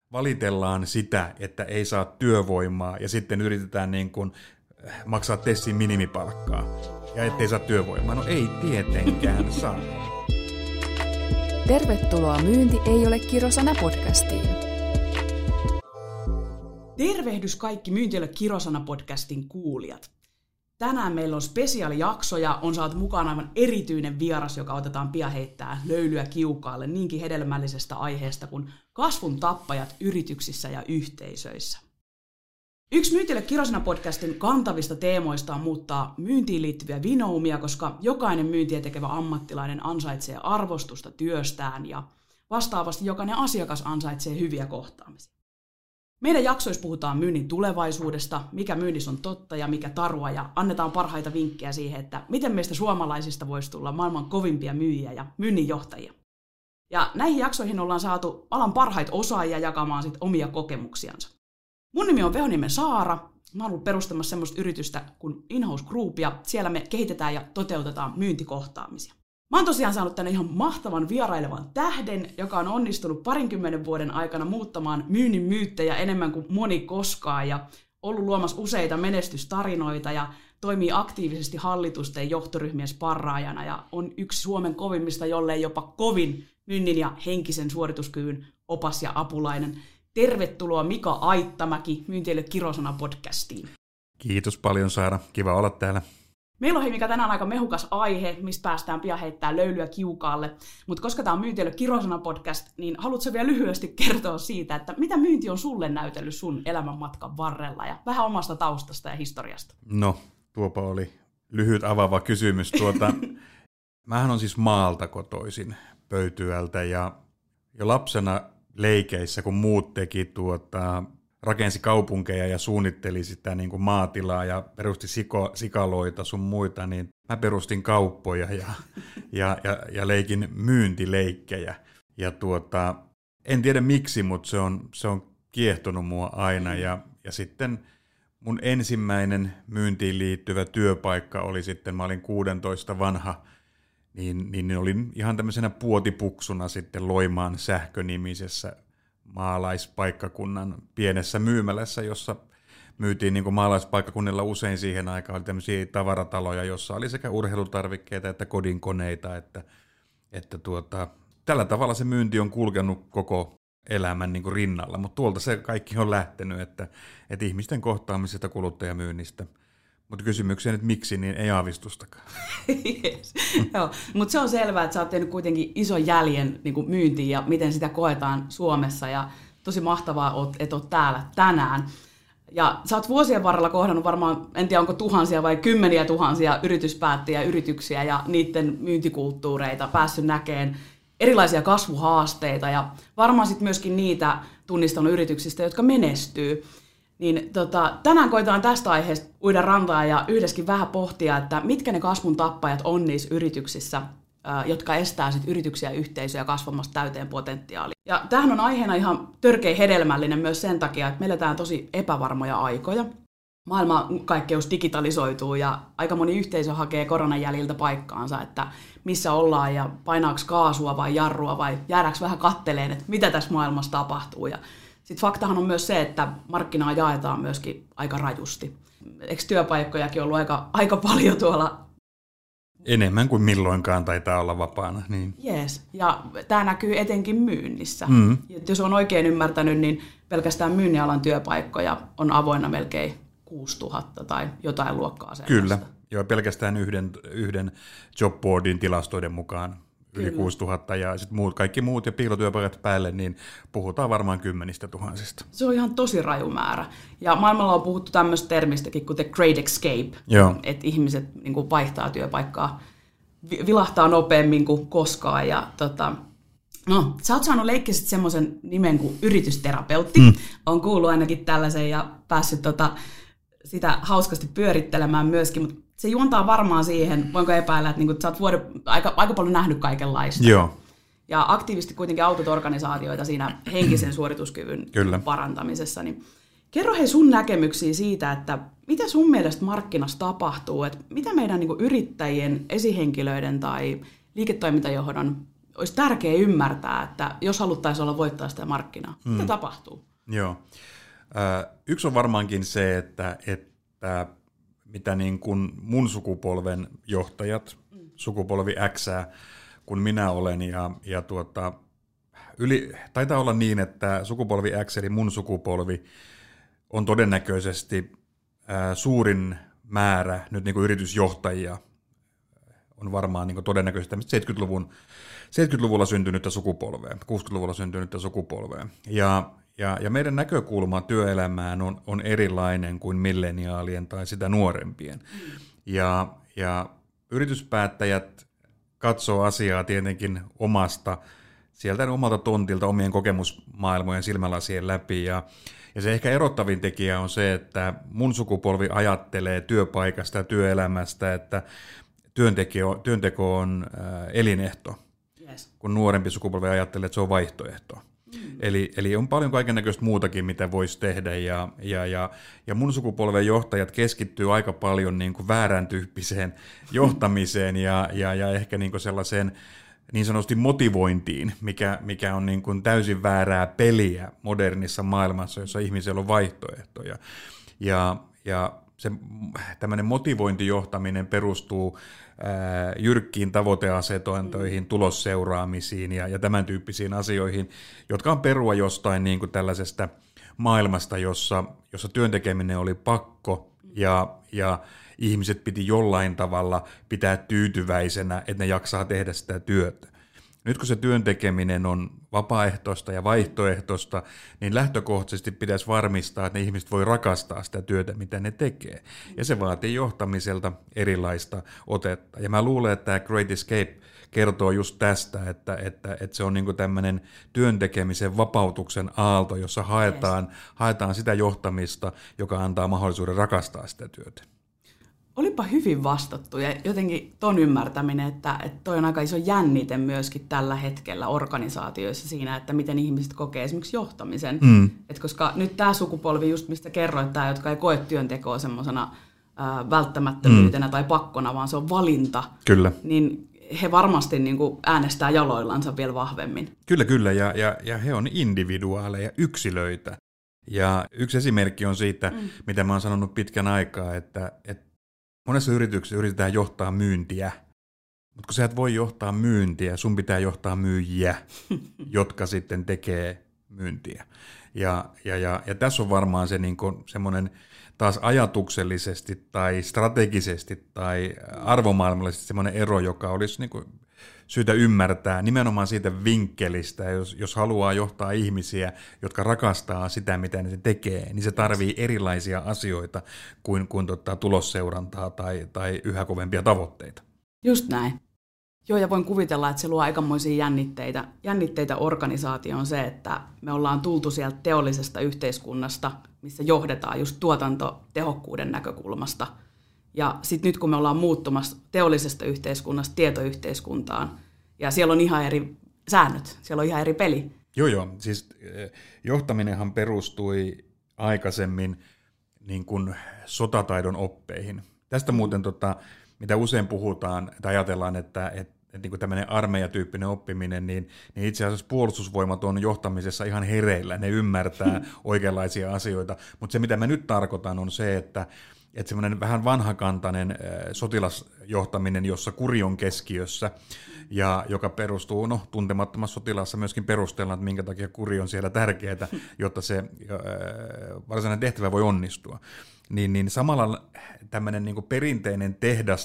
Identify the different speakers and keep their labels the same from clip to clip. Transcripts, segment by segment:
Speaker 1: valitellaan sitä, että ei saa työvoimaa ja sitten yritetään niin kuin maksaa Tessin minimipalkkaa ja ettei saa työvoimaa. No ei tietenkään saa.
Speaker 2: Tervetuloa Myynti ei ole kirosana podcastiin.
Speaker 3: Tervehdys kaikki Myynti ei ole kirosana podcastin kuulijat. Tänään meillä on spesiaalijakso ja on saatu mukaan aivan erityinen vieras, joka otetaan pian heittää löylyä kiukaalle niinkin hedelmällisestä aiheesta kuin kasvun tappajat yrityksissä ja yhteisöissä. Yksi Myynti ei ole kirosana podcastin kantavista teemoista on muuttaa myyntiin liittyviä vinoumia, koska jokainen myyntiä tekevä ammattilainen ansaitsee arvostusta työstään ja vastaavasti jokainen asiakas ansaitsee hyviä kohtaamisia. Meidän jaksoissa puhutaan myynnin tulevaisuudesta, mikä myynnissä on totta ja mikä tarua, ja annetaan parhaita vinkkejä siihen, että miten meistä suomalaisista voisi tulla maailman kovimpia myyjiä ja myynninjohtajia. Ja näihin jaksoihin ollaan saatu alan parhaita osaajia jakamaan sit omia kokemuksiansa. Mun nimi on Vehonimen Saara. Mä oon ollut perustamassa semmoista yritystä kuin In-House Group, ja siellä me kehitetään ja toteutetaan myyntikohtaamisia. Mä oon tosiaan saanut tänne ihan mahtavan vierailevan tähden, joka on onnistunut 20 vuoden aikana muuttamaan myynnin myyttejä enemmän kuin moni koskaan ja ollut luomassa useita menestystarinoita ja toimii aktiivisesti hallitusten johtoryhmien sparraajana ja on yksi Suomen kovimmista, jollei jopa kovin myynnin ja henkisen suorituskyvyn opas ja apulainen. Tervetuloa Mika Aittamäki Myynti ei ole kirosana podcastiin.
Speaker 1: Kiitos paljon Saara, kiva olla täällä.
Speaker 3: Meillä on mikä tänään aika mehukas aihe, mistä päästään pian heittää löylyä kiukaalle. Mutta koska tämä on Myynti ei ole kirosana podcast, niin haluatko vielä lyhyesti kertoa siitä, että mitä myynti on sulle näytellyt sun elämänmatkan varrella ja vähän omasta taustasta ja historiasta?
Speaker 1: No, tuopa oli lyhyt avaava kysymys. Mähän on siis maalta kotoisin Pöytyältä ja jo lapsena leikeissä, kun muut teki rakensi kaupunkeja ja suunnitteli sitä niin kuin maatilaa ja perusti sikaloita sun muita, niin mä perustin kauppoja ja leikin myyntileikkejä. Ja en tiedä miksi, mutta se on kiehtonut mua aina. Ja sitten mun ensimmäinen myyntiin liittyvä työpaikka oli sitten, mä olin 16 vanha, niin olin ihan tämmöisenä puotipuksuna sitten Loimaan sähkönimisessä maalaispaikkakunnan pienessä myymälässä, jossa myytiin niin kuin maalaispaikkakunnilla usein siihen aikaan, oli tämmöisiä tavarataloja, jossa oli sekä urheilutarvikkeita että kodinkoneita, että tällä tavalla se myynti on kulkenut koko elämän niin kuin rinnalla, mutta tuolta se kaikki on lähtenyt, että ihmisten kohtaamisesta kuluttajamyynnistä. Mutta kysymykseen, että miksi, niin ei aavistustakaan.
Speaker 3: Yes. Joo, mutta se on selvää, että sä oot tehnyt kuitenkin ison jäljen niin kuin myyntiin ja miten sitä koetaan Suomessa. Ja tosi mahtavaa, että oot täällä tänään. Ja sä oot vuosien varrella kohdannut varmaan, en tiedä onko tuhansia vai kymmeniä tuhansia yrityspäättäjiä, yrityksiä ja niiden myyntikulttuureita, päässyt näkemään erilaisia kasvuhaasteita ja varmaan sitten myöskin niitä tunnistanut yrityksistä, jotka menestyy. Niin tänään koitetaan tästä aiheesta uida rantaan ja yhdessäkin vähän pohtia, että mitkä ne kasvun tappajat on niissä yrityksissä, jotka estää sit yrityksiä ja yhteisöjä kasvamasta täyteen potentiaaliin. Ja tämähän on aiheena ihan törkeä hedelmällinen myös sen takia, että me eletään tosi epävarmoja aikoja. Maailmankaikkeus digitalisoituu ja aika moni yhteisö hakee koronan jäljiltä paikkaansa, että missä ollaan ja painaako kaasua vai jarrua vai jäädäänkö vähän katteleen, että mitä tässä maailmassa tapahtuu. Ja sitten faktahan on myös se, että markkinaa jaetaan myöskin aika rajusti. Eikö työpaikkojakin ollut aika paljon tuolla?
Speaker 1: Enemmän kuin milloinkaan taitaa olla vapaana. Niin.
Speaker 3: Jees, ja tämä näkyy etenkin myynnissä. Jos on oikein ymmärtänyt, niin pelkästään myynnin alan työpaikkoja on avoinna melkein 6000 tai jotain luokkaa sellaista.
Speaker 1: Kyllä, joo, pelkästään yhden jobboardin tilastoiden mukaan. Yli 6000 ja sitten kaikki muut ja piilotyöpaikat päälle, niin puhutaan varmaan 10 000.
Speaker 3: Se on ihan tosi raju määrä. Ja maailmalla on puhuttu tämmöistä termistäkin kuin the Great Escape, että ihmiset niin kuin vaihtaa työpaikkaa, vilahtaa nopeammin kuin koskaan. Ja, sä oot saanut leikkiä semmoisen nimen kuin yritysterapeutti. On kuullut ainakin tällaisen ja päässyt sitä hauskasti pyörittelemään myöskin, mutta se juontaa varmaan siihen, voinko epäillä, että sä oot aika paljon nähnyt kaikenlaista.
Speaker 1: Joo.
Speaker 3: Ja aktiivisesti kuitenkin autot organisaatioita siinä henkisen suorituskyvyn parantamisessa. Niin kerro hei sun näkemyksiä siitä, että mitä sun mielestä markkinassa tapahtuu, että mitä meidän yrittäjien, esihenkilöiden tai liiketoimintajohdon olisi tärkeää ymmärtää, että jos haluttaisiin olla voittaa sitä markkinaa, mitä tapahtuu?
Speaker 1: Joo. Yksi on varmaankin se, että mitä niin kuin mun sukupolven johtajat, sukupolvi X, kun minä olen, taitaa olla niin, että sukupolvi X eli mun sukupolvi on todennäköisesti suurin määrä nyt niin kuin yritysjohtajia, on varmaan niin todennäköisesti 70-luvulla syntynyttä sukupolvea, 60-luvulla syntynyttä sukupolvea. Ja meidän näkökulma työelämään on erilainen kuin milleniaalien tai sitä nuorempien. Ja yrityspäättäjät katsoo asiaa tietenkin sieltä omalta tontilta omien kokemusmaailmojen silmälasien läpi. Ja se ehkä erottavin tekijä on se, että mun sukupolvi ajattelee työpaikasta ja työelämästä, että työnteko on elinehto, kun nuorempi sukupolvi ajattelee, että se on vaihtoehto. Eli on paljon kaikennäköistä muutakin, mitä voisi tehdä, ja mun sukupolven johtajat keskittyy aika paljon niin kuin väärän tyyppiseen johtamiseen ja ehkä niin kuin sellaiseen niin sanotusti motivointiin, mikä on niin kuin täysin väärää peliä modernissa maailmassa, jossa ihmisellä on vaihtoehtoja. Ja se tämmöinen motivointijohtaminen perustuu jyrkkiin tavoiteasetointoihin, tulosseuraamisiin ja tämän tyyppisiin asioihin, jotka on perua jostain niin kuin tällaisesta maailmasta, jossa työntekeminen oli pakko ja ihmiset piti jollain tavalla pitää tyytyväisenä, että ne jaksaa tehdä sitä työtä. Nyt kun se työntekeminen on vapaaehtoista ja vaihtoehtoista, niin lähtökohtaisesti pitäisi varmistaa, että ne ihmiset voi rakastaa sitä työtä, mitä ne tekee. Ja se vaatii johtamiselta erilaista otetta. Ja mä luulen, että tämä Great Escape kertoo just tästä, että se on niinku tämmöinen työntekemisen vapautuksen aalto, jossa haetaan sitä johtamista, joka antaa mahdollisuuden rakastaa sitä työtä.
Speaker 3: Olipa hyvin vastattu ja jotenkin ton ymmärtäminen, että toi on aika iso jännite myöskin tällä hetkellä organisaatioissa siinä, että miten ihmiset kokee esimerkiksi johtamisen. Et koska nyt tämä sukupolvi, just mistä kerroit, tämä, jotka ei koe työntekoa semmoisena välttämättömyytenä tai pakkona, vaan se on valinta,
Speaker 1: Kyllä.
Speaker 3: Niin he varmasti niin kuin äänestää jaloillansa vielä vahvemmin.
Speaker 1: Kyllä, ja he on individuaaleja, yksilöitä. Ja yksi esimerkki on siitä, mitä mä oon sanonut pitkän aikaa, että monessa yrityksessä yritetään johtaa myyntiä, mutta kun sä et voi johtaa myyntiä, sun pitää johtaa myyjiä, jotka sitten tekee myyntiä. Ja tässä on varmaan se niin kuin semmoinen taas ajatuksellisesti tai strategisesti tai arvomaailmallisesti semmoinen ero, joka olisi niin kuin syytä ymmärtää nimenomaan siitä vinkkelistä, jos haluaa johtaa ihmisiä, jotka rakastaa sitä, mitä ne tekee, niin se tarvii erilaisia asioita kuin tulosseurantaa tai yhä kovempia tavoitteita.
Speaker 3: Just näin. Joo, ja voin kuvitella, että se luo aikamoisia jännitteitä organisaatioon se, että me ollaan tultu sieltä teollisesta yhteiskunnasta, missä johdetaan just tuotantotehokkuuden näkökulmasta. Ja sitten nyt kun me ollaan muuttumassa teollisesta yhteiskunnasta tietoyhteiskuntaan, ja siellä on ihan eri säännöt, siellä on ihan eri peli.
Speaker 1: Joo, siis johtaminenhan perustui aikaisemmin niin kuin sotataidon oppeihin. Tästä muuten, mitä usein puhutaan, tai ajatellaan, että niin kuin tämmöinen armeijatyyppinen oppiminen, niin itse asiassa puolustusvoimat on johtamisessa ihan hereillä, ne ymmärtää oikeanlaisia asioita, mutta se mitä mä nyt tarkoitan on se, että semmoinen vähän vanhakantainen sotilasjohtaminen, jossa kuri on keskiössä, ja joka perustuu tuntemattomassa sotilassa myöskin perustellaan, että minkä takia kuri on siellä tärkeää, jotta se varsinainen tehtävä voi onnistua. Niin samalla tämmöinen niin kuin perinteinen tehdas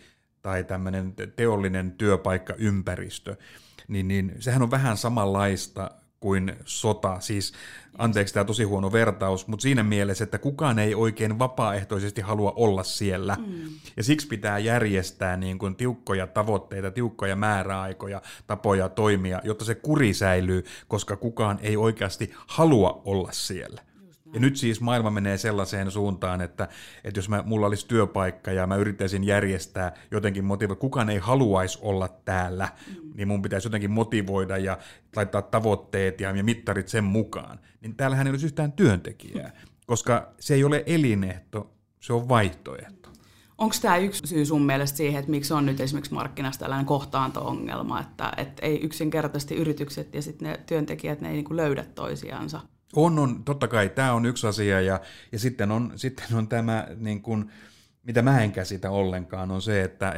Speaker 1: tai tämmöinen teollinen työpaikkaympäristö, niin sehän on vähän samanlaista kuin sota. Siis, anteeksi tämä tosi huono vertaus, mutta siinä mielessä, että kukaan ei oikein vapaaehtoisesti halua olla siellä. Ja siksi pitää järjestää niin kuin tiukkoja tavoitteita, tiukkoja määräaikoja, tapoja toimia, jotta se kuri säilyy, koska kukaan ei oikeasti halua olla siellä. Ja nyt siis maailma menee sellaiseen suuntaan, että jos mulla olisi työpaikka ja mä yrittäisin järjestää jotenkin motivoida, kukaan ei haluaisi olla täällä, niin mun pitäisi jotenkin motivoida ja laittaa tavoitteet ja mittarit sen mukaan. Niin täällähän ei olisi yhtään työntekijää, koska se ei ole elinehto, se on vaihtoehto.
Speaker 3: Onko tämä yksi syy sun mielestä siihen, että miksi on nyt esimerkiksi markkinassa tällainen kohtaanto-ongelma, että ei yksinkertaisesti yritykset ja sitten ne työntekijät ne ei niinku löydä toisiansa?
Speaker 1: On, totta kai tämä on yksi asia ja sitten on tämä, niin kuin, mitä mä en käsitä ollenkaan, on se, että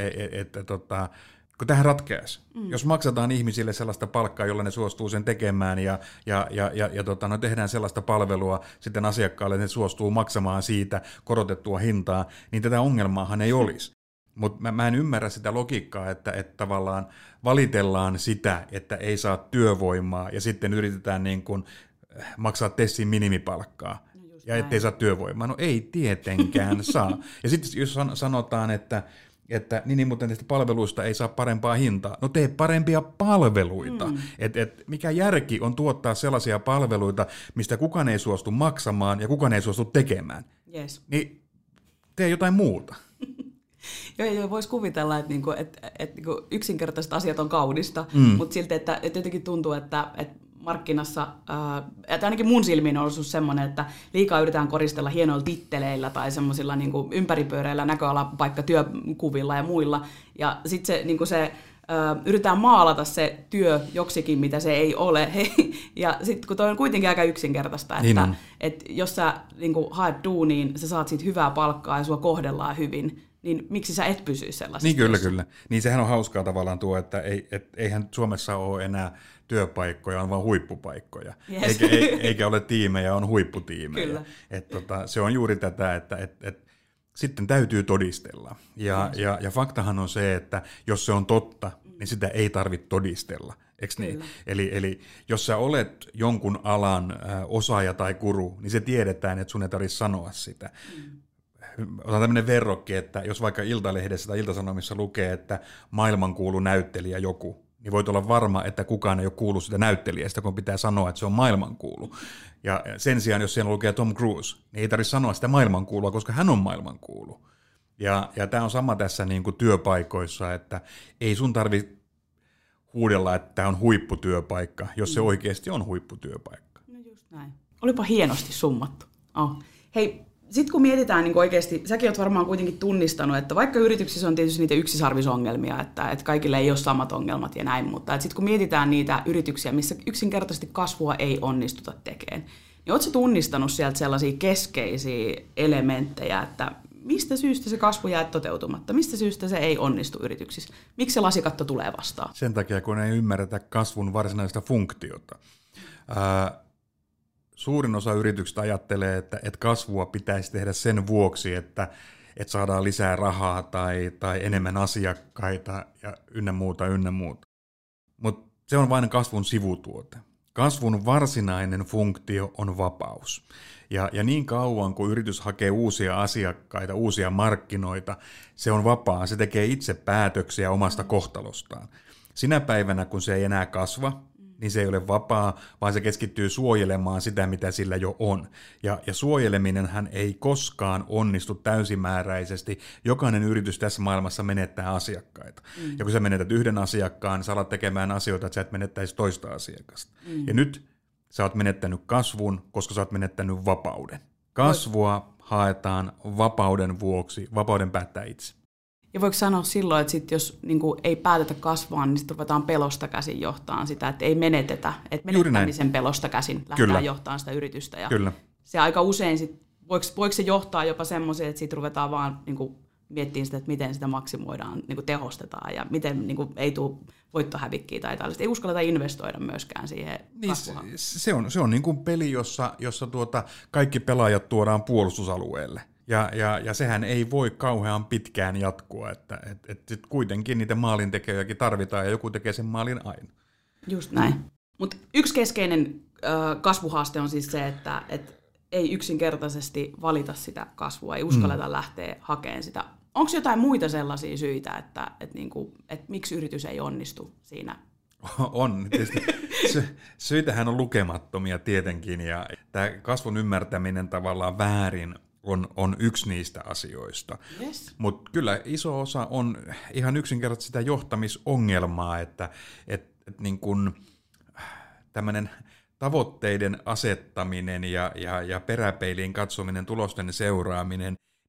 Speaker 1: kun tähän ratkeaisi, jos maksataan ihmisille sellaista palkkaa, jolla ne suostuu sen tekemään ja tehdään sellaista palvelua sitten asiakkaalle, että ne suostuu maksamaan siitä korotettua hintaa, niin tätä ongelmaahan ei olisi. Mutta mä en ymmärrä sitä logiikkaa, että tavallaan valitellaan sitä, että ei saa työvoimaa ja sitten yritetään niin kuin maksaa Tessin minimipalkkaa ja ettei saa työvoimaa. No ei tietenkään saa. Ja sitten jos sanotaan, että mutta näistä palveluista ei saa parempaa hintaa. No tee parempia palveluita. Mikä järki on tuottaa sellaisia palveluita, mistä kukaan ei suostu maksamaan ja kukaan ei suostu tekemään.
Speaker 3: Yes.
Speaker 1: Niin tee jotain muuta.
Speaker 3: Joo, voisi kuvitella, että yksinkertaiset asiat on kaunista, mutta silti, että jotenkin tuntuu, että markkinassa, että ainakin mun silmiin on ollut semmoinen, että liikaa yritetään koristella hienoilla titteleillä tai semmoisilla niin kuin ympäripyöreillä näköalapaikkatyökuvilla ja muilla, ja sitten se yritetään maalata se työ joksikin, mitä se ei ole, ja sitten kun toi on kuitenkin aika yksinkertaista, että jos sä niin kuin haet duuniin, sä saat siitä hyvää palkkaa ja sua kohdellaan hyvin, niin miksi sä et pysy sellaisessa?
Speaker 1: Niin kyllä. Niin sehän on hauskaa tavallaan tuo, että eihän Suomessa ole enää työpaikkoja, on vaan huippupaikkoja. Yes. Eikä ole tiimejä, on huipputiimejä.
Speaker 3: Kyllä.
Speaker 1: Se on juuri tätä, että sitten täytyy todistella. Ja faktahan on se, että jos se on totta, niin sitä ei tarvitse todistella. Eikö niin? Eli jos sä olet jonkun alan osaaja tai guru, niin se tiedetään, että sun ei tarvitse sanoa sitä. Otan tämmöinen verrokki, että jos vaikka Iltalehdessä tai Iltasanomissa lukee, että maailmankuulu näyttelijä joku, niin voit olla varma, että kukaan ei ole kuullut sitä näyttelijästä, kun pitää sanoa, että se on maailmankuulu. Ja sen sijaan, jos siellä lukee Tom Cruise, niin ei tarvitse sanoa sitä maailmankuulua, koska hän on maailmankuulu. Ja tämä on sama tässä niin kuin työpaikoissa, että ei sun tarvitse huudella, että tämä on huipputyöpaikka, jos se oikeasti on huipputyöpaikka.
Speaker 3: No just näin. Olipa hienosti summattu. Hei, sitten kun mietitään niin oikeasti, säkin olet varmaan kuitenkin tunnistanut, että vaikka yrityksissä on tietysti niitä yksisarvisongelmia, että kaikille ei ole samat ongelmat ja näin, mutta sitten kun mietitään niitä yrityksiä, missä yksinkertaisesti kasvua ei onnistuta tekemään, niin oletko tunnistanut sieltä sellaisia keskeisiä elementtejä, että mistä syystä se kasvu jää toteutumatta, mistä syystä se ei onnistu yrityksissä, miksi se lasikatto tulee vastaan?
Speaker 1: Sen takia, kun ei ymmärretä kasvun varsinaista funktiota. Suurin osa yrityksistä ajattelee, että kasvua pitäisi tehdä sen vuoksi, että saadaan lisää rahaa tai enemmän asiakkaita ja ynnä muuta. Mutta se on vain kasvun sivutuote. Kasvun varsinainen funktio on vapaus. Ja niin kauan, kun yritys hakee uusia asiakkaita, uusia markkinoita, se on vapaa. Se tekee itse päätöksiä omasta kohtalostaan. Sinä päivänä, kun se ei enää kasva, niin se ei ole vapaa, vaan se keskittyy suojelemaan sitä, mitä sillä jo on. Ja suojeleminenhän ei koskaan onnistu täysimääräisesti. Jokainen yritys tässä maailmassa menettää asiakkaita. Ja kun sä menetät yhden asiakkaan, niin sä alat tekemään asioita, että sä et menettäisi toista asiakasta. Ja nyt sä oot menettänyt kasvun, koska sä oot menettänyt vapauden. Kasvua haetaan vapauden vuoksi, vapauden päättää itse.
Speaker 3: Ja voiko sanoa silloin, että sit jos ei päätetä kasvaa, niin sitten ruvetaan pelosta käsin johtamaan sitä, että ei menetetä, että menettämisen pelosta käsin lähdetään johtamaan sitä yritystä. Ja
Speaker 1: Kyllä.
Speaker 3: Se aika usein, voiko se johtaa jopa semmoiseen, että sitten ruvetaan vaan miettimään sitä, että miten sitä maksimoidaan, tehostetaan ja miten ei tule voittohävikkiä tai tällaista. Ei uskalleta investoida myöskään siihen kasvuhan.
Speaker 1: Se on niin kuin peli, jossa kaikki pelaajat tuodaan puolustusalueelle. Ja sehän ei voi kauhean pitkään jatkua, että kuitenkin niitä maalintekijöitäkin tarvitaan ja joku tekee sen maalin aina.
Speaker 3: Just näin. Mutta yksi keskeinen kasvuhaaste on siis se, että ei yksinkertaisesti valita sitä kasvua, ei uskalleta lähteä hakemaan sitä. Onko jotain muita sellaisia syitä, että miksi yritys ei onnistu siinä?
Speaker 1: On. Tietysti syitähän on lukemattomia tietenkin ja tämä kasvun ymmärtäminen tavallaan väärin on yksi niistä asioista.
Speaker 3: Yes.
Speaker 1: Mutta kyllä iso osa on ihan yksinkertaisesti sitä johtamisongelmaa, että niin kun tämmöinen tavoitteiden asettaminen ja peräpeiliin katsominen, tulosten seuraaminen,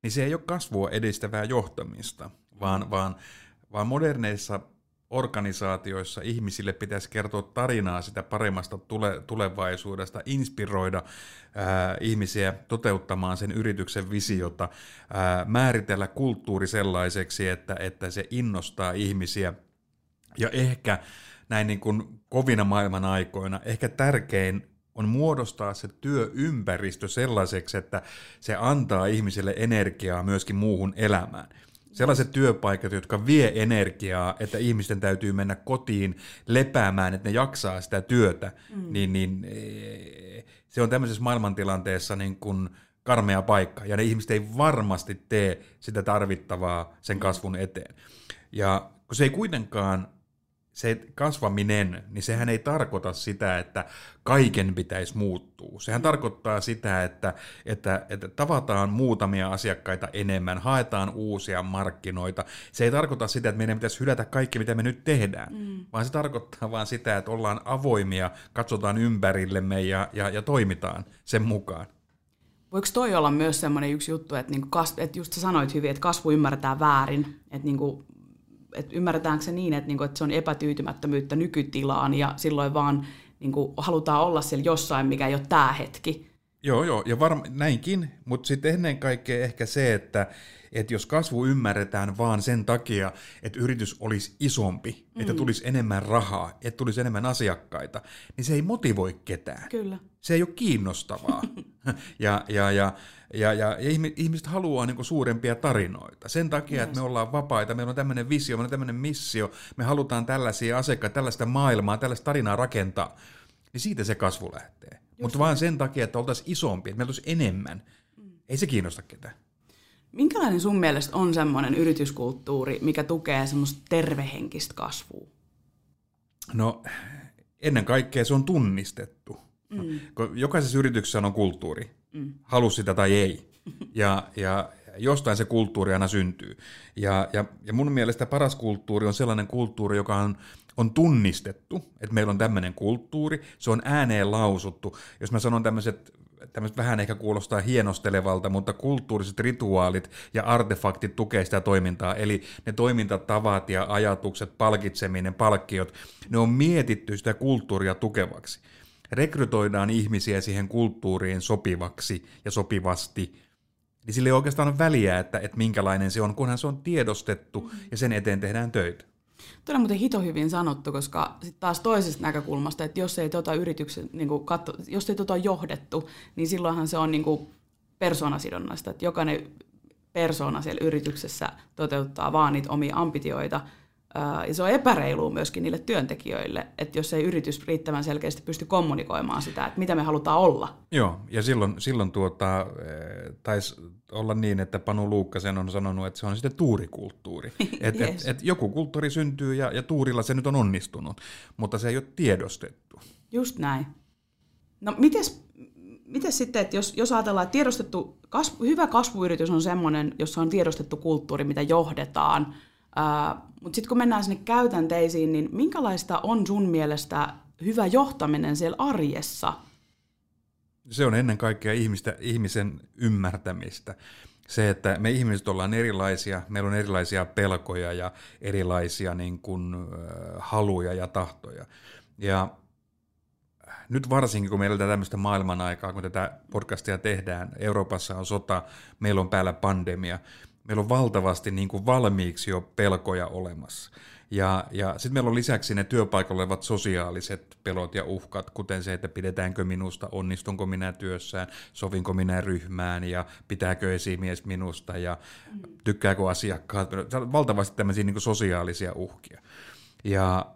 Speaker 1: niin se ei ole kasvua edistävää johtamista, vaan moderneissa organisaatioissa ihmisille pitäisi kertoa tarinaa sitä paremmasta tulevaisuudesta, inspiroida ihmisiä toteuttamaan sen yrityksen visiota, määritellä kulttuuri sellaiseksi, että se innostaa ihmisiä. Ja ehkä näin niin kuin kovina maailman aikoina, ehkä tärkein on muodostaa se työympäristö sellaiseksi, että se antaa ihmisille energiaa myöskin muuhun elämään. Sellaiset työpaikat, jotka vie energiaa, että ihmisten täytyy mennä kotiin lepäämään, että ne jaksaa sitä työtä, niin se on tämmöisessä maailmantilanteessa niin kuin karmea paikka, ja ne ihmiset ei varmasti tee sitä tarvittavaa sen kasvun eteen. Ja kun se ei kuitenkaan, se kasvaminen, niin sehän ei tarkoita sitä, että kaiken pitäisi muuttua. Sehän tarkoittaa sitä, että tavataan muutamia asiakkaita enemmän, haetaan uusia markkinoita. Se ei tarkoita sitä, että meidän pitäisi hylätä kaikki, mitä me nyt tehdään, vaan se tarkoittaa vaan sitä, että ollaan avoimia, katsotaan ympärillemme ja toimitaan sen mukaan.
Speaker 3: Voiko toi olla myös semmoinen yksi juttu, että just sä sanoit hyvin, että kasvu ymmärretään väärin, että ymmärretäänkö se niin, että se on epätyytymättömyyttä nykytilaan ja silloin vaan halutaan olla siellä jossain, mikä ei ole tämä hetki.
Speaker 1: Joo, ja näinkin, mutta sitten ennen kaikkea ehkä se, että jos kasvu ymmärretään vaan sen takia, että yritys olisi isompi, että tulisi enemmän rahaa, että tulisi enemmän asiakkaita, niin se ei motivoi ketään.
Speaker 3: Kyllä.
Speaker 1: Se ei ole kiinnostavaa. ja ihmiset haluaa niin kuin suurempia tarinoita. Sen takia, että me ollaan vapaita, meillä on tämmöinen visio, meillä on tämmöinen missio, me halutaan tällaisia asiakkaita, tällaista maailmaa, tällaista tarinaa rakentaa, niin siitä se kasvu lähtee. Mutta vaan sen takia, että oltaisiin isompi, että meillä olisi enemmän, ei se kiinnosta ketään.
Speaker 3: Minkälainen sun mielestä on semmoinen yrityskulttuuri, mikä tukee semmoista tervehenkistä kasvua?
Speaker 1: No, ennen kaikkea se on tunnistettu. Jokaisessa yrityksessä on kulttuuri, halus sitä tai ei, ja jostain se kulttuuri aina syntyy. Ja mun mielestä paras kulttuuri on sellainen kulttuuri, joka on tunnistettu, että meillä on tämmöinen kulttuuri, se on ääneen lausuttu. Jos mä sanon tämmöiset vähän ehkä kuulostaa hienostelevalta, mutta kulttuuriset rituaalit ja artefaktit tukee sitä toimintaa, eli ne toimintatavat ja ajatukset, palkitseminen, palkkiot, ne on mietitty sitä kulttuuria tukevaksi. Rekrytoidaan ihmisiä siihen kulttuuriin sopivaksi ja sopivasti, niin sillä ei oikeastaan ole väliä, että minkälainen se on, kunhan se on tiedostettu ja sen eteen tehdään töitä.
Speaker 3: Tuo on muuten hito hyvin sanottu, koska sitten taas toisesta näkökulmasta, että jos ei yrityksen, jos ei ole johdettu, niin silloinhan se on persoonasidonnaista, että jokainen persoona siellä yrityksessä toteuttaa vaan niitä omia ambitioita, ja se on epäreilua myöskin niille työntekijöille, että jos ei yritys riittävän selkeästi pysty kommunikoimaan sitä, että mitä me halutaan olla.
Speaker 1: Joo, ja silloin taisi olla niin, että Panu Luukkasen on sanonut, että se on sitten tuurikulttuuri.
Speaker 3: Yes.
Speaker 1: Et joku kulttuuri syntyy ja tuurilla se nyt on onnistunut, mutta se ei ole tiedostettu.
Speaker 3: Just näin. No mites sitten, että jos ajatellaan, että hyvä kasvuyritys on semmoinen, jossa on tiedostettu kulttuuri, mitä johdetaan, mutta sitten kun mennään sinne käytänteisiin, niin minkälaista on sun mielestä hyvä johtaminen siellä arjessa?
Speaker 1: Se on ennen kaikkea ihmisen ymmärtämistä. Se, että me ihmiset ollaan erilaisia, meillä on erilaisia pelkoja ja erilaisia niin kuin, haluja ja tahtoja. Ja nyt varsinkin, kun meillä on tämmöistä maailman aikaa, kun tätä podcastia tehdään, Euroopassa on sota, meillä on päällä pandemia, meillä on valtavasti niin kuin valmiiksi jo pelkoja olemassa. Ja sitten meillä on lisäksi ne työpaikalla olevat sosiaaliset pelot ja uhkat, kuten se, että pidetäänkö minusta, onnistunko minä työssään, sovinko minä ryhmään ja pitääkö esimies minusta ja tykkääkö asiakkaat. Valtavasti tämmöisiä niin kuin sosiaalisia uhkia. Ja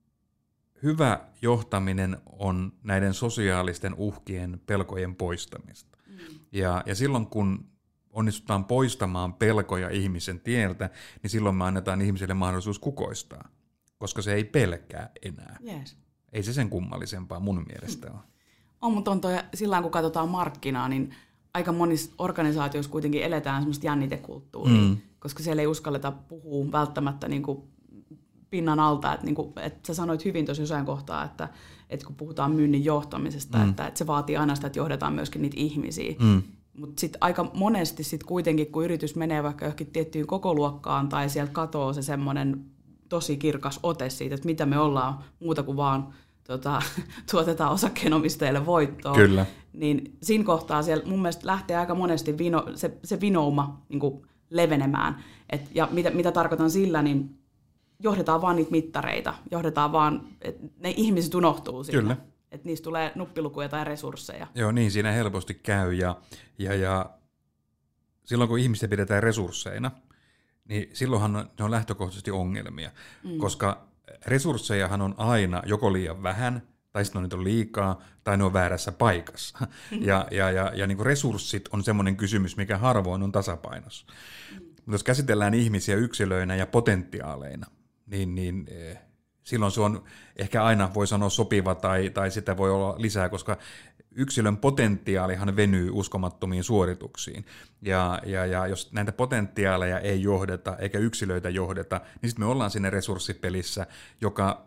Speaker 1: hyvä johtaminen on näiden sosiaalisten uhkien pelkojen poistamista. Ja silloin kun onnistutaan poistamaan pelkoja ihmisen tieltä, niin silloin me annetaan ihmiselle mahdollisuus kukoistaa, koska se ei pelkää enää.
Speaker 3: Yes.
Speaker 1: Ei se sen kummallisempaa mun mielestä ole.
Speaker 3: On, mutta on silloin kun katsotaan markkinaa, niin aika monissa organisaatioissa kuitenkin eletään semmoista jännitekulttuuria, koska siellä ei uskalleta puhua välttämättä niin kuin pinnan alta. Että sä sanoit hyvin tuossa jossain kohtaa, että kun puhutaan myynnin johtamisesta, että se vaatii aina sitä, että johdetaan myöskin niitä ihmisiä. Mutta sitten aika monesti sit kuitenkin, kun yritys menee vaikka johonkin tiettyyn kokoluokkaan tai sieltä katoo se semmoinen tosi kirkas ote siitä, että mitä me ollaan muuta kuin vaan tuotetaan osakkeenomistajille voittoa.
Speaker 1: Kyllä.
Speaker 3: Niin siinä kohtaa siellä mun mielestä lähtee aika monesti se vinouma niin kuin levenemään. Ja mitä tarkoitan sillä, niin johdetaan vaan niitä mittareita. Johdetaan vaan, että ne ihmiset unohtuu siitä.
Speaker 1: Kyllä.
Speaker 3: Että niistä tulee nuppilukuja tai resursseja.
Speaker 1: Joo, niin siinä helposti käy. Ja silloin kun ihmisiä pidetään resursseina, niin silloinhan ne on lähtökohtaisesti ongelmia. Koska resurssejahan on aina joko liian vähän, tai sitten niitä on liikaa, tai ne on väärässä paikassa. Ja niin kuin resurssit on semmoinen kysymys, mikä harvoin on tasapainossa. Mutta jos käsitellään ihmisiä yksilöinä ja potentiaaleina, niin silloin se on ehkä aina, voi sanoa, sopiva tai sitä voi olla lisää, koska yksilön potentiaalihan venyy uskomattomiin suorituksiin. Ja jos näitä potentiaaleja ei johdeta eikä yksilöitä johdeta, niin sitten me ollaan siinä resurssipelissä, joka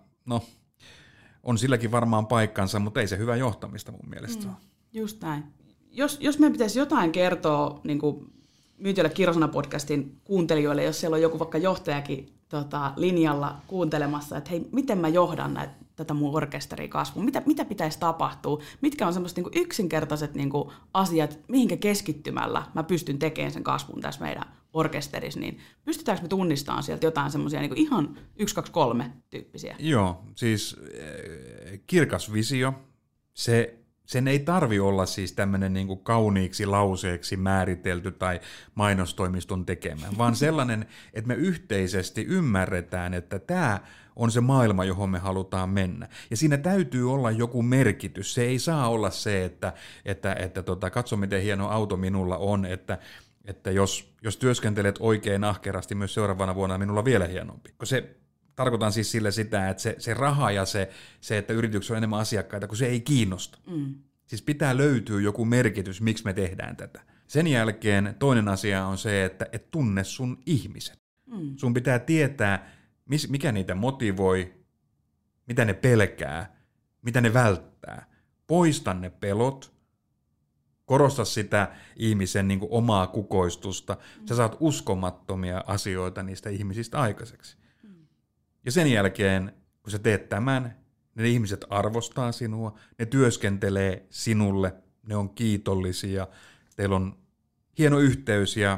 Speaker 1: on silläkin varmaan paikkansa, mutta ei se hyvä johtamista mun mielestä ole.
Speaker 3: Just näin. Jos me pitäisi jotain kertoa niin kuin Myynti ei ole kirosana podcastin kuuntelijoille, jos siellä on joku vaikka johtajakin linjalla kuuntelemassa, että hei, miten mä johdan tätä mun orkesterin kasvua, mitä pitäisi tapahtua, mitkä on semmoiset niin yksinkertaiset niin asiat, mihinkä keskittymällä mä pystyn tekemään sen kasvun tässä meidän orkesterissa, niin pystytäänkö me tunnistamaan sieltä jotain semmoisia niin ihan 1, 2, 3 tyyppisiä?
Speaker 1: Joo, siis kirkas visio, sen ei tarvi olla siis tämmöinen niin kuin kauniiksi lauseeksi määritelty tai mainostoimiston tekemä, vaan sellainen, että me yhteisesti ymmärretään, että tämä on se maailma, johon me halutaan mennä. Ja siinä täytyy olla joku merkitys. Se ei saa olla se, että katso miten hieno auto minulla on, että jos työskentelet oikein ahkerasti myös seuraavana vuonna, minulla on vielä hienompi. Tarkoitan siis sillä sitä, että se raha ja se, että yrityksessä on enemmän asiakkaita, kun se ei kiinnosta. Siis pitää löytyä joku merkitys, miksi me tehdään tätä. Sen jälkeen toinen asia on se, että et tunne sun ihmiset. Sun pitää tietää, mikä niitä motivoi, mitä ne pelkää, mitä ne välttää. Poista ne pelot, korosta sitä ihmisen niin kuin omaa kukoistusta. Sä saat uskomattomia asioita niistä ihmisistä aikaiseksi. Ja sen jälkeen, kun sä teet tämän, ne ihmiset arvostaa sinua, ne työskentelee sinulle, ne on kiitollisia, teillä on hieno yhteys ja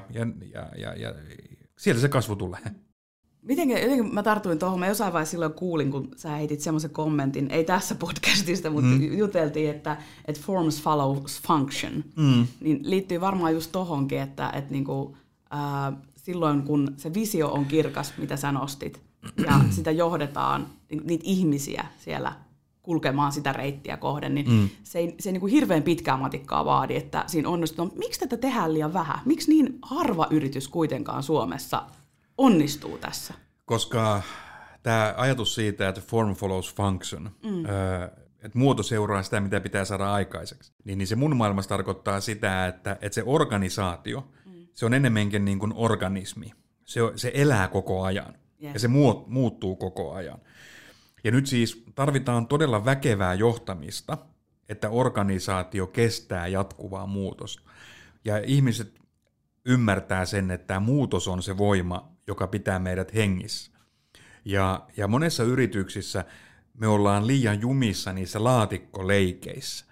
Speaker 1: sieltä se kasvu tulee.
Speaker 3: Jotenkin mä tartuin tuohon, mä jossain vaiheessa silloin kuulin, kun sä heitit semmoisen kommentin, ei tässä podcastista, mutta juteltiin, että forms follows function, niin liittyy varmaan just tohonkin, että niinku, silloin kun se visio on kirkas, mitä sä nostit, ja sitä johdetaan, niitä ihmisiä siellä kulkemaan sitä reittiä kohden, niin se ei niin kuin hirveän pitkää matikkaa vaadi, että siinä onnistuu. Miksi tätä tehdään liian vähän? Miksi niin harva yritys kuitenkaan Suomessa onnistuu tässä?
Speaker 1: Koska tämä ajatus siitä, että form follows function, että muoto seuraa sitä, mitä pitää saada aikaiseksi, niin se mun maailmassa tarkoittaa sitä, että se organisaatio, se on enemmänkin niin kuin organismi. Se elää koko ajan. Ja se muuttuu koko ajan. Ja nyt siis tarvitaan todella väkevää johtamista, että organisaatio kestää jatkuvaa muutosta. Ja ihmiset ymmärtää sen, että tämä muutos on se voima, joka pitää meidät hengissä. Ja monessa yrityksissä me ollaan liian jumissa niissä laatikkoleikeissä.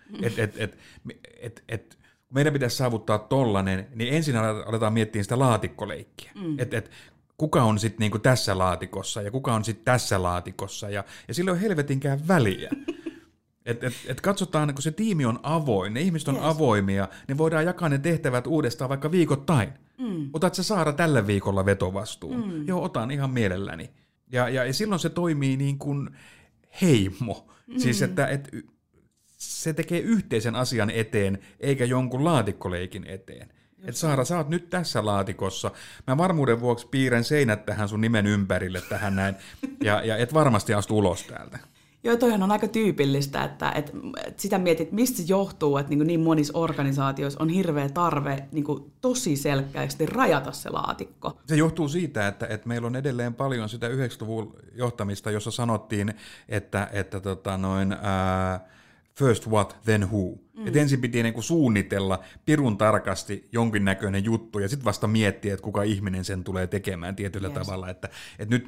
Speaker 1: Meidän pitäisi saavuttaa tollainen, niin ensin aletaan miettiä sitä laatikkoleikkiä. Kuka on sitten niinku tässä laatikossa ja kuka on sitten tässä laatikossa ja sillä ei ole helvetinkään väliä. Et katsotaan, kun se tiimi on avoin, ne ihmiset on avoimia, niin voidaan jakaa ne tehtävät uudestaan vaikka viikoittain. Otat sä Saara tällä viikolla vetovastuun? Joo, otan ihan mielelläni. Ja silloin se toimii niin kuin heimo. Siis että se tekee yhteisen asian eteen eikä jonkun laatikkoleikin eteen. Että Saara, sä oot nyt tässä laatikossa. Mä varmuuden vuoksi piirrän seinät tähän sun nimen ympärille tähän näin, ja et varmasti astu ulos täältä.
Speaker 3: Joo, toihan on aika tyypillistä, että sitä mietit, mistä se johtuu, että niin monissa organisaatioissa on hirveä tarve niin tosi selkeästi rajata se laatikko.
Speaker 1: Se johtuu siitä, että meillä on edelleen paljon sitä 90-luvun johtamista, jossa sanottiin, että first what, then who. Et ensin piti niin kuin suunnitella pirun tarkasti jonkinnäköinen juttu ja sitten vasta miettiä, että kuka ihminen sen tulee tekemään tietyllä tavalla. Että nyt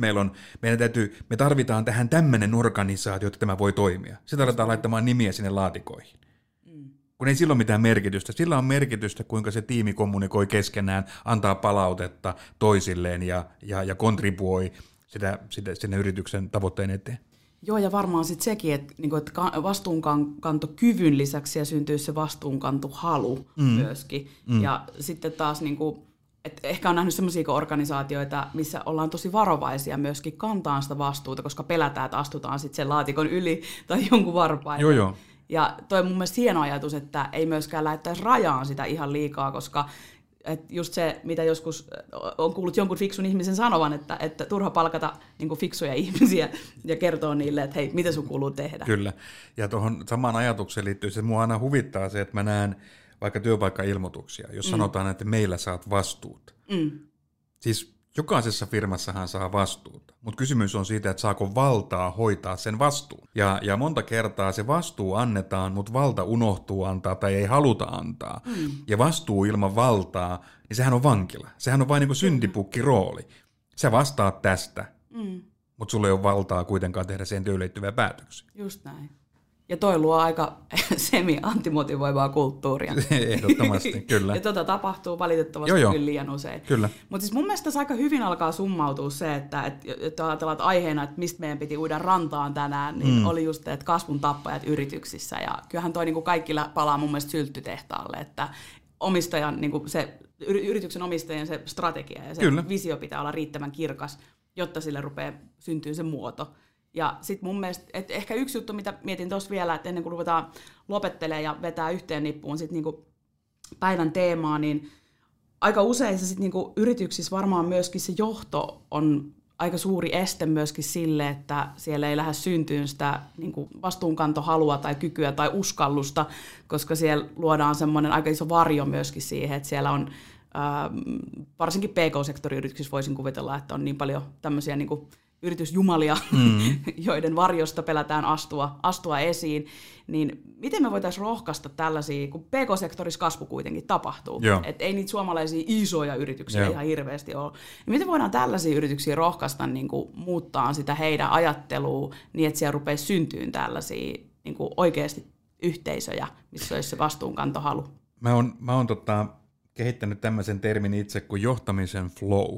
Speaker 1: me tarvitaan tähän tämmöinen organisaatio, että tämä voi toimia. Sitten aletaan laittamaan nimiä sinne laatikoihin. Kun ei sillä ole mitään merkitystä. Sillä on merkitystä, kuinka se tiimi kommunikoi keskenään, antaa palautetta toisilleen ja kontribuoi sitä sinne yrityksen tavoitteen eteen.
Speaker 3: Joo, ja varmaan sitten sekin, että vastuunkantokyvyn lisäksi siellä syntyy se vastuunkantohalu myöskin. Ja sitten taas, että ehkä on nähnyt sellaisia organisaatioita, missä ollaan tosi varovaisia myöskin kantaa sitä vastuuta, koska pelätään, että astutaan sitten sen laatikon yli tai jonkun varpaille.
Speaker 1: Joo.
Speaker 3: Ja toi on mun mielestä hieno ajatus, että ei myöskään lähettäisi rajaan sitä ihan liikaa, koska että just se, mitä joskus on kuullut jonkun fiksun ihmisen sanovan, että turha palkata niin fiksuja ihmisiä ja kertoo niille, että hei, mitä sun kuuluu tehdä.
Speaker 1: Kyllä. Ja tuohon samaan ajatukseen liittyy se, että mua aina huvittaa se, että mä näen vaikka työpaikkailmoituksia, jos sanotaan, että meillä saat vastuuta. Siis jokaisessa firmassahan saa vastuuta, mutta kysymys on siitä, että saako valtaa hoitaa sen vastuun. Ja monta kertaa se vastuu annetaan, mutta valta unohtuu antaa tai ei haluta antaa. Ja vastuu ilman valtaa, niin sehän on vankila. Sehän on vain niin kuin syntipukkirooli. Sä vastaat tästä, mutta sulla ei ole valtaa kuitenkaan tehdä sen työlle liittyviä päätöksiä.
Speaker 3: Just näin. Ja toi luo aika semi-antimotivoivaa kulttuuria.
Speaker 1: Ehdottomasti, kyllä.
Speaker 3: Ja tapahtuu valitettavasti kyllä liian usein. Mutta siis mun mielestä tässä aika hyvin alkaa summautua se, että ajatellaan, että aiheena, että mistä meidän piti uida rantaan tänään, niin oli just että kasvun tappajat yrityksissä. Ja kyllähän toi kaikilla palaa mun mielestä sylttytehtaalle, että omistajan, se yrityksen omistajien se strategia ja se visio pitää olla riittävän kirkas, jotta sille rupeaa syntyä se muoto. Ja sitten mun mielestä, että ehkä yksi juttu, mitä mietin tuossa vielä, että ennen kuin ruvetaan lopettelemaan ja vetää yhteen nippuun sit niinku päivän teemaa, niin aika usein se sit niinku yrityksissä varmaan myöskin se johto on aika suuri este myöskin sille, että siellä ei lähde syntyyn sitä niinku vastuunkantohalua tai kykyä tai uskallusta, koska siellä luodaan semmoinen aika iso varjo myöskin siihen, että siellä on varsinkin PK-sektoriyrityksissä voisin kuvitella, että on niin paljon tämmöisiä niinku yritysjumalia, joiden varjosta pelätään astua esiin, niin miten me voitaisiin rohkaista tällaisia, kun PK-sektorissa kasvu kuitenkin tapahtuu, että ei niitä suomalaisia isoja yrityksiä ihan hirveästi ole, niin miten voidaan tällaisia yrityksiä rohkaista niin kuin muuttaa sitä heidän ajattelua niin, että siellä rupeaisi syntyyn tällaisia niin kuin oikeasti yhteisöjä, missä olisi se vastuunkantohalu?
Speaker 1: Mä oon kehittänyt tämmöisen termin itse kuin johtamisen flow.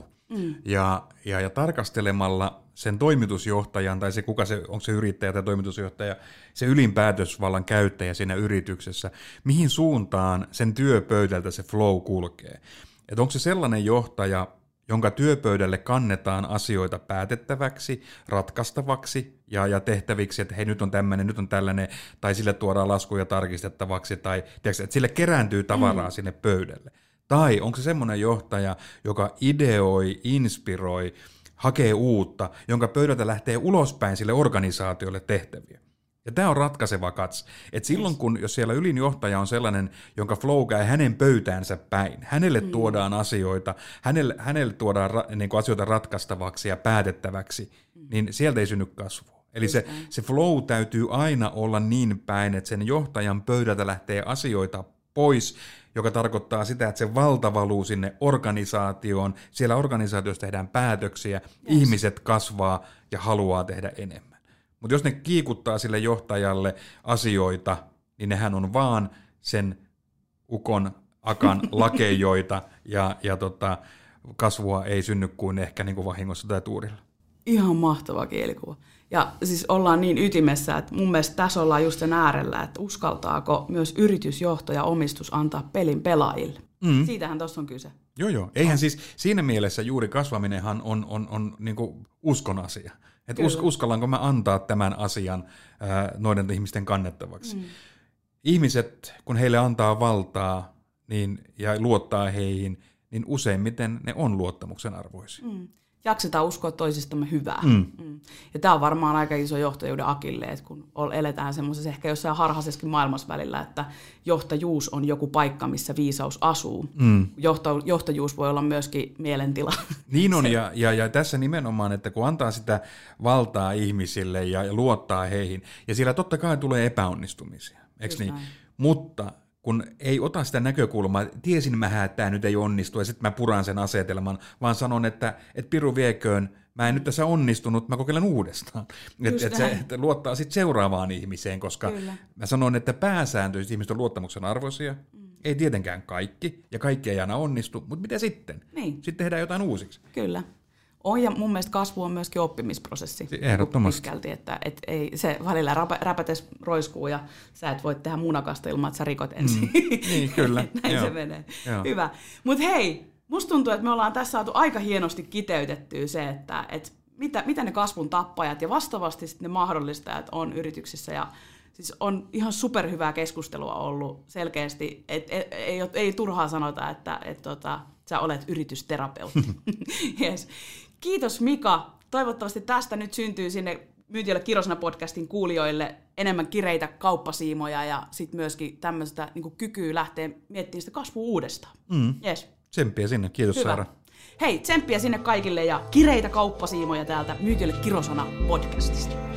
Speaker 1: Ja tarkastelemalla sen toimitusjohtajan, tai onko se yrittäjä tai toimitusjohtaja, se ylin päätösvallan käyttäjä siinä yrityksessä, mihin suuntaan sen työpöydältä se flow kulkee. Että onko se sellainen johtaja, jonka työpöydälle kannetaan asioita päätettäväksi, ratkaistavaksi ja tehtäviksi, että hei nyt on tällainen, tai sille tuodaan laskuja tarkistettavaksi, tai tiedätkö, että sille kerääntyy tavaraa sinne pöydälle. Tai onko se semmoinen johtaja, joka ideoi, inspiroi, hakee uutta, jonka pöydältä lähtee ulospäin sille organisaatiolle tehtäviä. Ja tämä on ratkaiseva katse. Että silloin, jos siellä ylin johtaja on sellainen, jonka flow käy hänen pöytäänsä päin, hänelle tuodaan asioita, hänelle tuodaan asioita ratkaistavaksi ja päätettäväksi, niin sieltä ei synny kasvua. Eli se flow täytyy aina olla niin päin, että sen johtajan pöydältä lähtee asioita pois, joka tarkoittaa sitä, että se valta valuu sinne organisaatioon, siellä organisaatiossa tehdään päätöksiä, ihmiset kasvaa ja haluaa tehdä enemmän. Mutta jos ne kiikuttaa sille johtajalle asioita, niin nehän on vaan sen akan lakejoita ja kasvua ei synny kuin ehkä niin kuin vahingossa tai tuurilla.
Speaker 3: Ihan mahtava kielikuva. Ja siis ollaan niin ytimessä, että mun mielestä tässä ollaan just sen äärellä, että uskaltaako myös yritysjohto ja omistus antaa pelin pelaajille. Siitähän tuossa on kyse.
Speaker 1: Joo. Eihän siis siinä mielessä juuri kasvaminenhan on niin kuin uskon asia. Että uskallanko mä antaa tämän asian noiden ihmisten kannettavaksi. Ihmiset, kun heille antaa valtaa ja luottaa heihin, niin useimmiten ne on luottamuksen arvoisia.
Speaker 3: Jaksetaan uskoa toisistamme hyvää. Ja tämä on varmaan aika iso johtajuuden akilleet, kun eletään semmoisessa ehkä jossain harhaisessakin maailmassa välillä, että johtajuus on joku paikka, missä viisaus asuu. Johtajuus voi olla myöskin mielentila.
Speaker 1: Niin on, ja tässä nimenomaan, että kun antaa sitä valtaa ihmisille ja luottaa heihin, ja siellä totta kai tulee epäonnistumisia. eikö niin? Mutta kun ei ota sitä näkökulmaa, tiesin mähän, että tämä nyt ei onnistu, ja sitten mä puran sen asetelman, vaan sanon, että piru vieköön, mä en nyt tässä onnistunut, mä kokeilen uudestaan. Että se luottaa sitten seuraavaan ihmiseen, koska mä sanon, että pääsääntöisesti ihmiset on luottamuksen arvoisia, ei tietenkään kaikki, ja kaikki ei aina onnistu, mutta mitä sitten? Niin. Sitten tehdään jotain uusiksi.
Speaker 3: Kyllä. Ja mun mielestä kasvu on myöskin oppimisprosessi.
Speaker 1: Ehdottomasti.
Speaker 3: Pitkälti, että ei se välillä räpätes roiskuu ja sä et voi tehdä munakasta ilman, että sä rikot ensin.
Speaker 1: Niin, kyllä.
Speaker 3: Näin se menee. Joo. Hyvä. Mutta hei, musta tuntuu, että me ollaan tässä saatu aika hienosti kiteytettyä se, että mitä ne kasvun tappajat ja vastaavasti sitten ne mahdollistajat on yrityksissä. Ja siis on ihan superhyvää keskustelua ollut selkeästi, ei turhaa sanota, että sä olet yritysterapeutti. Yes. Kiitos Mika. Toivottavasti tästä nyt syntyy sinne Myynti ei ole kirosana -podcastin kuulijoille enemmän kireitä kauppasiimoja ja sitten myöskin tämmöistä niin kykyä lähteä miettimään sitä kasvua uudestaan. Yes.
Speaker 1: Tsemppiä sinne. Kiitos
Speaker 3: Hyvä.
Speaker 1: Saara.
Speaker 3: Hei, tsemppiä sinne kaikille ja kireitä kauppasiimoja täältä Myynti ei ole kirosana -podcastista.